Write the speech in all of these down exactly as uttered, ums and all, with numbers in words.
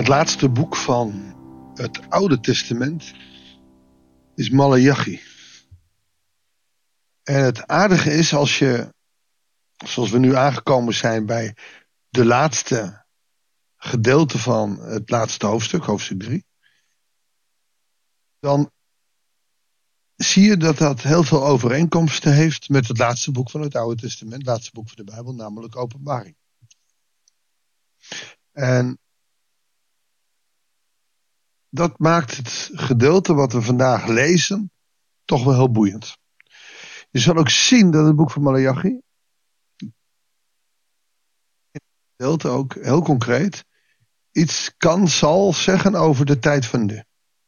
Het laatste boek van het Oude Testament is Maleachi. En het aardige is, als je, zoals we nu aangekomen zijn bij de laatste gedeelte van het laatste hoofdstuk, hoofdstuk drie, dan zie je dat dat heel veel overeenkomsten heeft met het laatste boek van het Oude Testament, het laatste boek van de Bijbel, namelijk Openbaring. En dat maakt het gedeelte wat we vandaag lezen toch wel heel boeiend. Je zal ook zien dat het boek van Maleachi, het gedeelte ook heel concreet, iets kan, zal zeggen over de tijd van nu.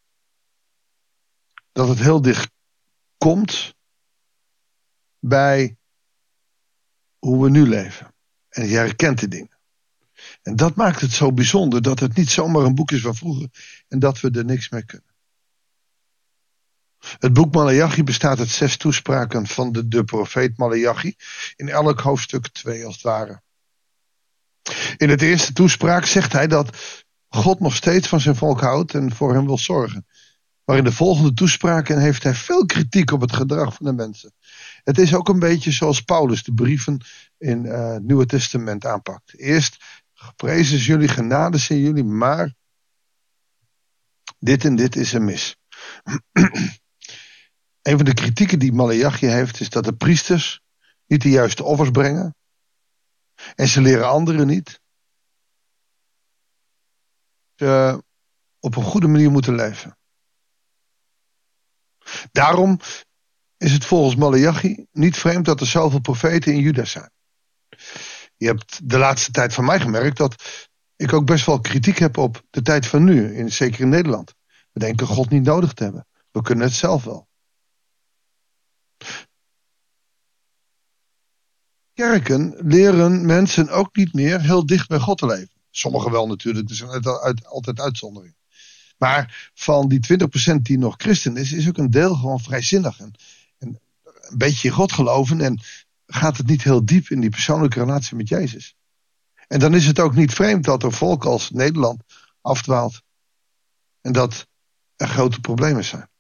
Dat het heel dicht komt bij hoe we nu leven. En je herkent de dingen. En dat maakt het zo bijzonder, dat het niet zomaar een boek is van vroeger en dat we er niks mee kunnen. Het boek Maleachi bestaat uit zes toespraken van de, de profeet Maleachi, in elk hoofdstuk twee als het ware. In het eerste toespraak zegt hij dat God nog steeds van zijn volk houdt en voor hem wil zorgen. Maar in de volgende toespraken heeft hij veel kritiek op het gedrag van de mensen. Het is ook een beetje zoals Paulus de brieven in uh, het Nieuwe Testament aanpakt. Eerst geprezen is jullie, genade zijn jullie, maar dit en dit is er mis. Een van de kritieken die Maleachi heeft is dat de priesters niet de juiste offers brengen. En ze leren anderen niet. Ze op een goede manier moeten leven. Daarom is het volgens Maleachi niet vreemd dat er zoveel profeten in Juda zijn. Je hebt de laatste tijd van mij gemerkt dat ik ook best wel kritiek heb op de tijd van nu, in, zeker in Nederland. We denken God niet nodig te hebben. We kunnen het zelf wel. Kerken leren mensen ook niet meer heel dicht bij God te leven. Sommigen wel natuurlijk, er zijn altijd uitzonderingen. Maar van die twintig procent die nog christen is, is ook een deel gewoon vrijzinnig. En, en een beetje in God geloven en gaat het niet heel diep in die persoonlijke relatie met Jezus. En dan is het ook niet vreemd dat er volk als Nederland afdwaalt. En dat er grote problemen zijn.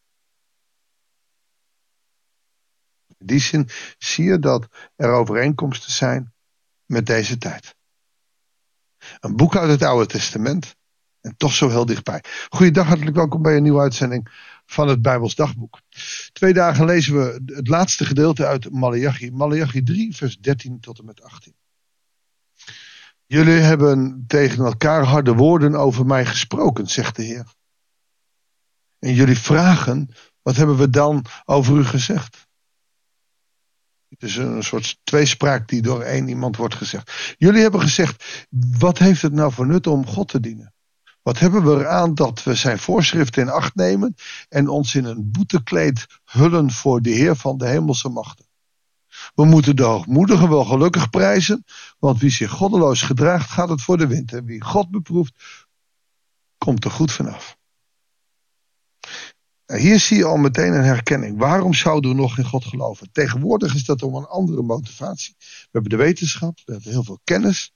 In die zin zie je dat er overeenkomsten zijn met deze tijd. Een boek uit het Oude Testament en toch zo heel dichtbij. Goeiedag, hartelijk welkom bij een nieuwe uitzending van het Bijbels Dagboek. Twee dagen lezen we het laatste gedeelte uit Maleachi. Maleachi drie, vers dertien tot en met achttien. Jullie hebben tegen elkaar harde woorden over mij gesproken, zegt de Heer. En jullie vragen, wat hebben we dan over u gezegd? Het is een soort tweespraak die door één iemand wordt gezegd. Jullie hebben gezegd, wat heeft het nou voor nut om God te dienen? Wat hebben we eraan dat we zijn voorschriften in acht nemen en ons in een boetekleed hullen voor de Heer van de hemelse machten? We moeten de hoogmoedigen wel gelukkig prijzen, want wie zich goddeloos gedraagt gaat het voor de wind. En wie God beproeft, komt er goed vanaf. Hier zie je al meteen een herkenning. Waarom zouden we nog in God geloven? Tegenwoordig is dat om een andere motivatie. We hebben de wetenschap, we hebben heel veel kennis.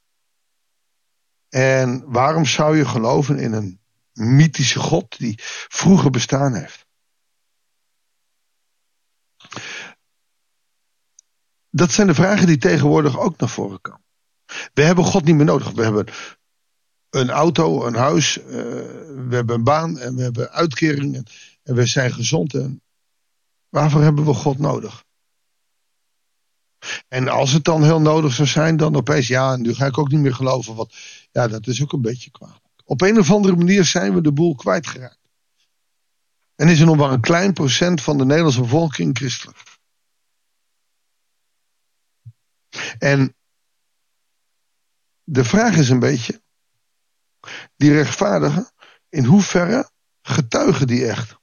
En waarom zou je geloven in een mythische God die vroeger bestaan heeft? Dat zijn de vragen die tegenwoordig ook naar voren komen. We hebben God niet meer nodig. We hebben een auto, een huis, uh, we hebben een baan en we hebben uitkeringen. En we zijn gezond. En waarvoor hebben we God nodig? En als het dan heel nodig zou zijn, dan opeens, ja, nu ga ik ook niet meer geloven. Want ja, dat is ook een beetje kwalijk. Op een of andere manier zijn we de boel kwijtgeraakt. En is er nog maar een klein procent van de Nederlandse bevolking christelijk. En de vraag is een beetje, die rechtvaardigen, in hoeverre getuigen die echt?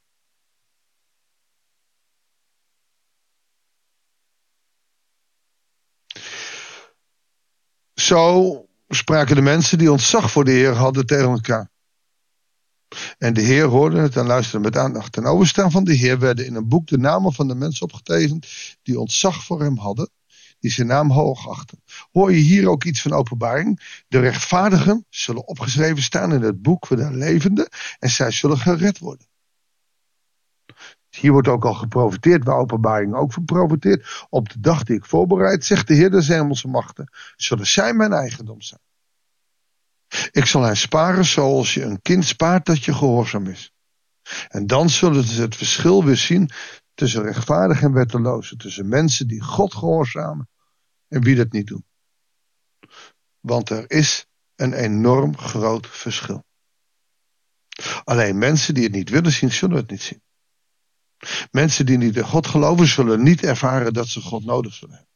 Zo spraken de mensen die ontzag voor de Heer hadden tegen elkaar. En de Heer hoorde het en luisterde met aandacht. Ten overstaan van de Heer werden in een boek de namen van de mensen opgetekend die ontzag voor hem hadden, die zijn naam hoog achten. Hoor je hier ook iets van Openbaring? De rechtvaardigen zullen opgeschreven staan in het boek van de levenden en zij zullen gered worden. Hier wordt ook al geprofeteerd, waar Openbaring ook van profeteert. Op de dag die ik voorbereid, zegt de Heer des hemelse machten, zullen zij mijn eigendom zijn. Ik zal hen sparen zoals je een kind spaart dat je gehoorzaam is. En dan zullen ze het verschil weer zien tussen rechtvaardig en wettelozen. Tussen mensen die God gehoorzamen en wie dat niet doen. Want er is een enorm groot verschil. Alleen mensen die het niet willen zien, zullen het niet zien. Mensen die niet in God geloven, zullen niet ervaren dat ze God nodig zullen hebben.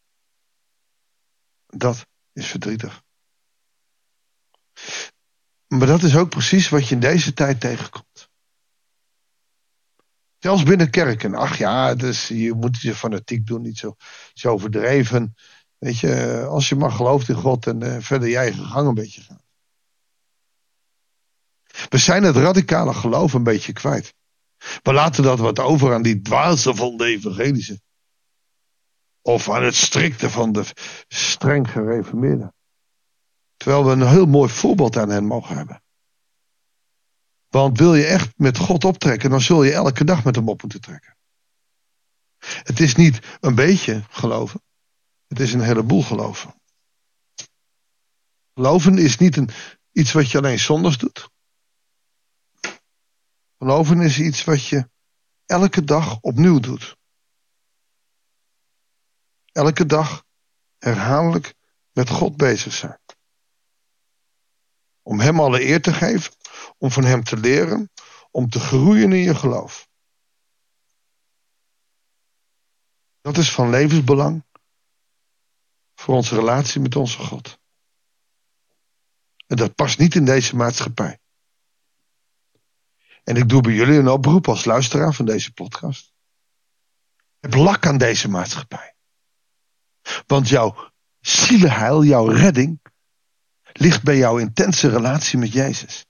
Dat is verdrietig. Maar dat is ook precies wat je in deze tijd tegenkomt. Zelfs binnen kerken. Ach ja, dus je moet niet zo fanatiek doen, niet zo, zo overdreven. Weet je, als je maar gelooft in God en uh, verder je eigen gang een beetje gaat. We zijn het radicale geloof een beetje kwijt. We laten dat wat over aan die dwazen van de evangelische. Of aan het strikte van de streng gereformeerden. Terwijl we een heel mooi voorbeeld aan hen mogen hebben. Want wil je echt met God optrekken, dan zul je elke dag met hem op moeten trekken. Het is niet een beetje geloven. Het is een heleboel geloven. Geloven is niet een, iets wat je alleen zondags doet. Geloven is iets wat je elke dag opnieuw doet. Elke dag herhaaldelijk met God bezig zijn. Om hem alle eer te geven, om van hem te leren, om te groeien in je geloof. Dat is van levensbelang voor onze relatie met onze God. En dat past niet in deze maatschappij. En ik doe bij jullie een oproep als luisteraar van deze podcast. Heb lak aan deze maatschappij. Want jouw zielenheil, jouw redding, ligt bij jouw intense relatie met Jezus.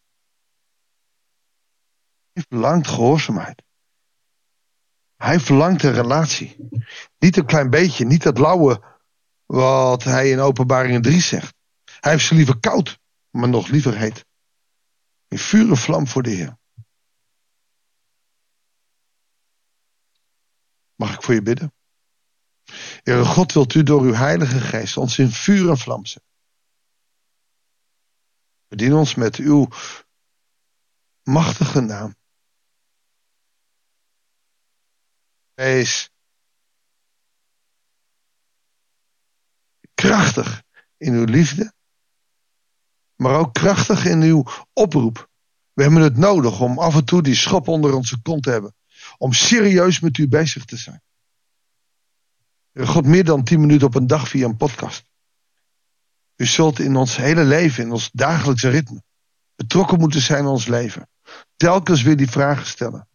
Hij verlangt gehoorzaamheid. Hij verlangt een relatie. Niet een klein beetje, niet dat lauwe wat hij in Openbaring drie zegt. Hij heeft ze liever koud, maar nog liever heet. In vuur en vlam voor de Heer. Mag ik voor je bidden? Heere God, wilt u door uw heilige geest ons in vuur en vlam zetten. Bedien ons met uw machtige naam. Wees krachtig in uw liefde, maar ook krachtig in uw oproep. We hebben het nodig om af en toe die schop onder onze kont te hebben. Om serieus met u bezig te zijn. God, meer dan tien minuten op een dag via een podcast. U zult in ons hele leven, in ons dagelijkse ritme, betrokken moeten zijn in ons leven. Telkens weer die vragen stellen.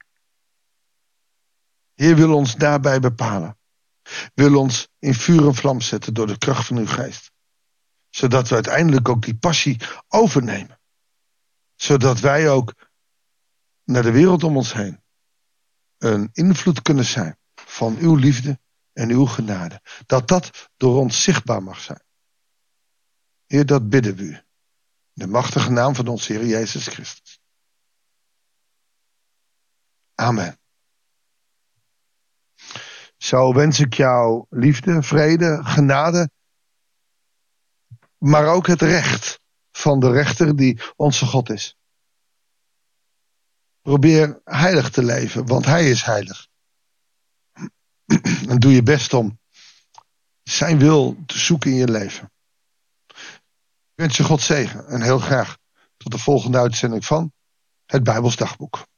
Heer wil ons daarbij bepalen. Wil ons in vuur en vlam zetten door de kracht van uw geest. Zodat we uiteindelijk ook die passie overnemen. Zodat wij ook naar de wereld om ons heen een invloed kunnen zijn van uw liefde en uw genade. Dat dat door ons zichtbaar mag zijn. Heer, dat bidden we u. In de machtige naam van onze Heer Jezus Christus. Amen. Zo wens ik jou liefde, vrede, genade, maar ook het recht van de rechter die onze God is. Probeer heilig te leven, want hij is heilig. En doe je best om zijn wil te zoeken in je leven. Ik wens je God zegen en heel graag tot de volgende uitzending van het Bijbels Dagboek.